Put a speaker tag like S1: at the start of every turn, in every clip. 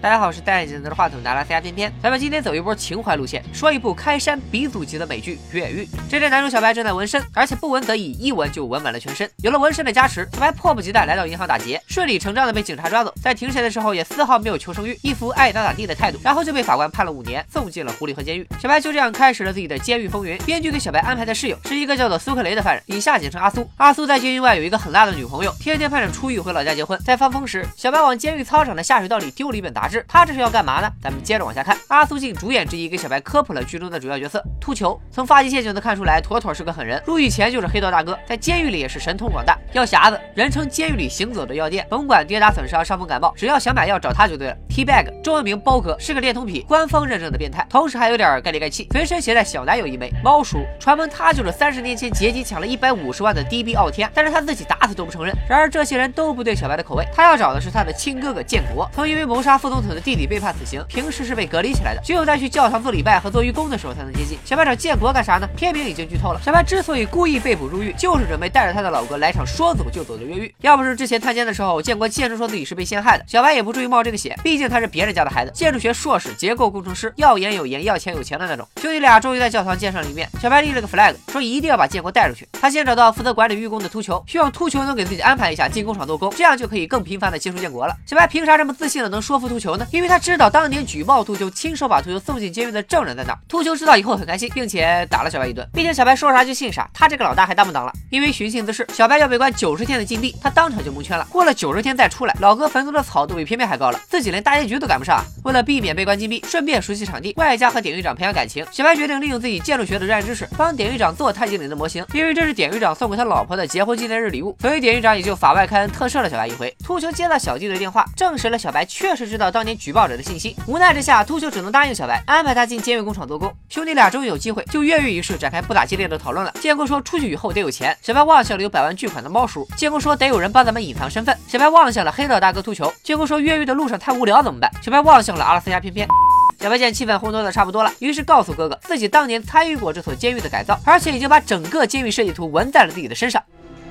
S1: 大家好，我是戴眼镜拿着话筒的阿拉斯加偏偏，咱们今天走一波情怀路线，说一部开山鼻祖级的美剧《越狱》。这阵男主小白正在纹身，而且不纹则已，一纹就纹满了全身。有了纹身的加持，小白迫不及待来到银行打劫，顺理成章的被警察抓走。在庭审的时候也丝毫没有求生欲，一副爱咋咋地的态度，然后就被法官判了5年，送进了狐狸河监狱。小白就这样开始了自己的监狱风云。编剧给小白安排的室友是一个叫做苏克雷的犯人，以下简称阿苏。阿苏在监狱外有一个很辣的女朋友，天天盼着出狱回老家结婚。在放风时，小白往监狱操场的下水道里丢了一本杂志，他这是要干嘛呢？咱们接着往下看。阿苏竟主演之一给小白科普了剧中的主要角色秃球。从发际线就能看出来，妥妥是个狠人。入狱前就是黑道大哥，在监狱里也是神通广大。药匣子，人称监狱里行走的药店，甭管跌打损伤、伤风感冒，只要想买药找他就对了。T-Bag， 中文名包哥，是个恋童癖，官方认证的变态，同时还有点盖里盖气，随身携带小男友一枚。猫叔，传闻他就是30年前劫机抢了150万的 DB 傲天，但是他自己打死都不承认。然而这些人都不对小白的口味，他要找的是他的亲哥哥建国，曾因为谋杀副总统的弟弟被判死刑，平时是被隔离起来的，只有在去教堂做礼拜和做愚公的时候才能接近。小白找建国干啥呢？片名已经剧透了。小白之所以故意被捕入狱，就是准备带着他的老哥来场说走就走的越狱。要不是之前探监的时候，建国坚持说自己是被陷害的，小白也不至于冒这个险，毕竟他是别人家的孩子，建筑学硕士，结构工程师，要颜有颜，要钱有钱的那种。兄弟俩终于在教堂见上了一面，小白立了个 flag， 说一定要把建国带出去。他先找到负责管理狱工的秃球，希望秃球能给自己安排一下进工厂做工，这样就可以更频繁的接触建国了。小白凭啥这么自信的能说服秃球呢？因为他知道当年举报秃球，亲手把秃球送进监狱的证人在哪。秃球知道以后很开心，并且打了小白一顿。毕竟小白说啥就信啥，他这个老大还当不当了？因为寻衅滋事，小白要被关90天的禁闭，他当场就蒙圈了。过了90天再出来，老哥坟头的草都比偏偏还高了，自己连大结局都赶不上。为了避免被关禁闭，顺便熟悉场地，外加和典狱长培养感情，小白决定利用自己建筑学的热爱知识，帮典狱长做太极岭的模型。因为这是典狱长送给他老婆的结婚纪念日礼物，所以典狱长也就法外开恩特赦了小白一回。秃球接到小弟的电话，证实了小白确实知道当年举报者的信息。无奈之下，秃球只能答应小白，安排他进监狱工厂做工。兄弟俩终于有机会就越狱一事展开不打激烈的讨论了。建国说出去以后得有钱，小白望向了有100万巨款的猫叔。建国说得有人帮咱们隐藏身份，小白望向了黑道大哥秃球。建国说越狱的路上太无聊怎么办？小白望向了阿拉斯加偏偏。小白见气氛烘托的差不多了，于是告诉哥哥自己当年参与过这所监狱的改造，而且已经把整个监狱设计图纹在了自己的身上。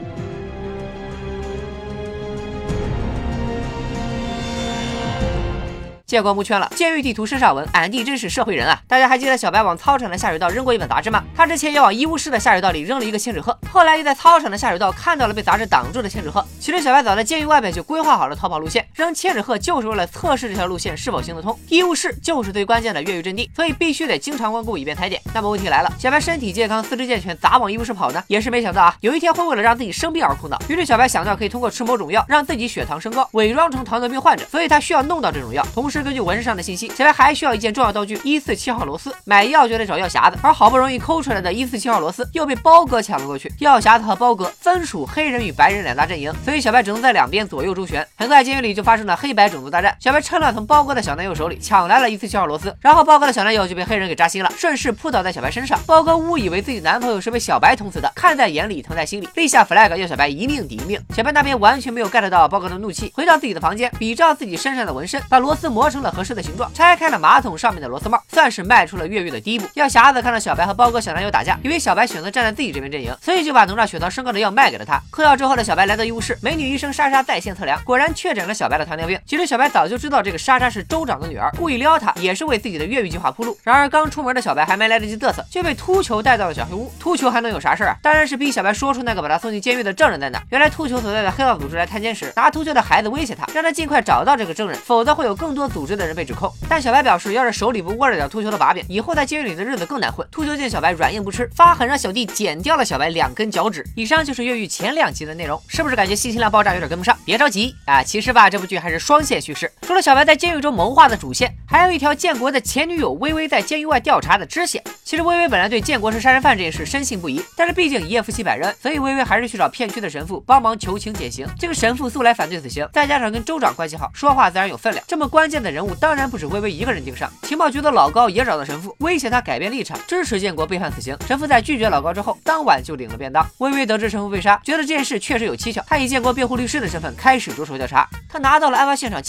S1: 建国蒙圈了，监狱地图身上纹俺弟真是社会人啊！大家还记得小白往操场的下水道扔过一本杂志吗？他之前也往医务室的下水道里扔了一个千纸鹤，后来又在操场的下水道看到了被杂志挡住的千纸鹤。其实小白早在监狱外面就规划好了逃跑路线，扔千纸鹤就是为了测试这条路线是否行得通。医务室就是最关键的越狱阵地，所以必须得经常光顾以便踩点。那么问题来了，小白身体健康四肢健全，咋往医务室跑呢？也是没想到啊，有一天会为了让自己生病而苦恼。于是小白想到可以通过吃某种药让自己血糖升高，伪装成糖尿病患者，所以他需要弄到这种药。同时根据纹身上的信息，小白还需要一件重要道具147号螺丝，买药就得找药匣子，而好不容易抠出来的147号螺丝又被包哥抢了过去。药匣子和包哥分属黑人与白人2大阵营，所以小白只能在两边左右周旋。很快监狱里就发生了黑白种族大战，小白趁乱从包哥的小男友手里抢来了147号螺丝，然后包哥的小男友就被黑人给扎心了，顺势扑倒在小白身上。包哥误以为自己男朋友是被小白捅死的，看在眼里疼在心里，立下 flag 要小白一命抵一命。小白那边完全没有 get 到包哥的怒气，回到自己的房间，比照自己身上的纹身，把螺丝磨成了合适的形状，拆开了马桶上面的螺丝帽，算是迈出了越狱的第一步。药匣子看到小白和包哥小男友打架，以为小白选择站在自己这边阵营，所以就把能让血糖升高的药卖给了他。嗑药之后的小白来到医务室，美女医生莎莎在线测量，果然确诊了小白的糖尿病。其实小白早就知道这个莎莎是州长的女儿，故意撩她也是为自己的越狱计划铺路。然而刚出门的小白还没来得及嘚瑟，就被秃球带到了小黑屋。秃球还能有啥事啊？当然是逼小白说出那个把他送进监狱的证人在哪。原来秃球所在的黑道组织来探监时，拿秃球的孩子威胁他，让他尽快找到这个证人，否则会有更多组织的人被指控。但小白表示，要是手里不握着点秃球的把柄，以后在监狱里的日子更难混。秃球见小白软硬不吃，发狠让小弟剪掉了小白2根脚趾。以上就是越狱前2集的内容，是不是感觉信息量爆炸，有点跟不上？别着急啊，其实吧，这部剧还是双线叙事。除了小白在监狱中谋划的主线，还有一条建国的前女友微微在监狱外调查的支线。其实微微本来对建国是杀人犯这件事深信不疑，但是毕竟一夜夫妻百日恩，所以微微还是去找片区的神父帮忙求情减刑。这个神父素来反对死刑，再加上跟州长关系好，说话自然有分量。这么关键的人物，当然不止微微一个人盯上。情报局的老高也找到神父，威胁他改变立场，支持建国被判死刑。神父在拒绝老高之后，当晚就领了便当。微微得知神父被杀，觉得这件事确实有蹊跷，他以建国辩护律师的身份开始着手调查。他拿到了案发现场监控视频的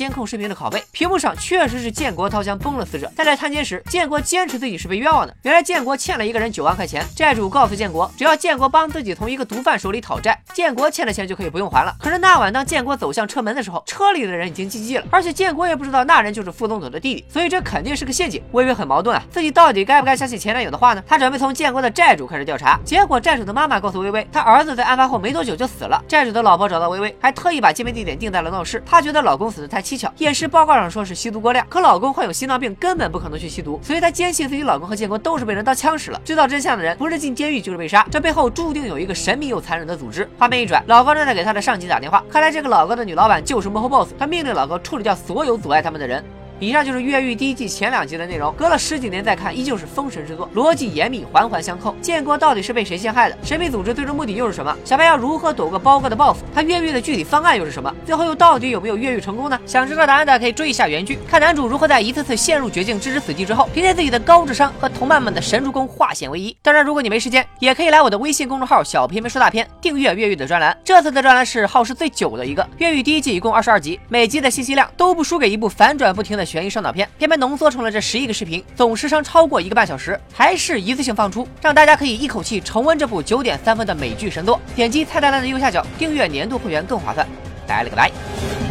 S1: 的拷贝。屏幕上确实是建国掏枪崩了死者，但在探监时，建国坚持自己是被冤枉的。原来建国欠了一个人9万块钱，债主告诉建国，只要建国帮自己从一个毒贩手里讨债，建国欠的钱就可以不用还了。可是那晚当建国走向车门的时候，车里的人已经击了，而且建国也不知道那人就是副总统的弟弟，所以这肯定是个陷阱。微微很矛盾啊，自己到底该不该相信前男友的话呢？他准备从建国的债主开始调查，结果债主的妈妈告诉微微，他儿子在案发后没多久就死了。债主的老婆找到微微，还特意把见面地点定在了闹市。她觉得老公死得太蹊跷，验尸报告上说是吸毒过量，可老公患有心脏病，根本不可能去吸毒，所以她坚信自己老公和建国都是被人当枪使了。知道真相的人不是进监狱就是被杀，这背后注定有一个神秘又残忍的组织。画面一转，老高正在给他的上级打电话，看来这个老高的女老板就是幕后 boss， 他命令老高处理掉所有阻碍他们的人。以上就是越狱第1季前2集的内容，隔了10几年再看，依旧是封神之作，逻辑严密，环环相扣。建国到底是被谁陷害的？神秘组织最终目的又是什么？小白要如何躲过包哥的报复？他越狱的具体方案又是什么？最后又到底有没有越狱成功呢？想知道答案的可以追一下原剧，看男主如何在一次次陷入绝境、置之死地之后，凭借自己的高智商和同伴们的神助攻化险为夷。当然，如果你没时间，也可以来我的微信公众号“小平没说大片”订阅越狱的专栏。这次的专栏是耗时最久的一个，越狱第1季一共22集，每集的信息量都不输给一部反转不停的悬疑烧脑片。被浓缩成了这11个视频，总时长超过1个半小时，还是一次性放出，让大家可以一口气重温这部9点3分的美剧神作。点击菜单栏的右下角订阅年度会员更划算。拜了个拜。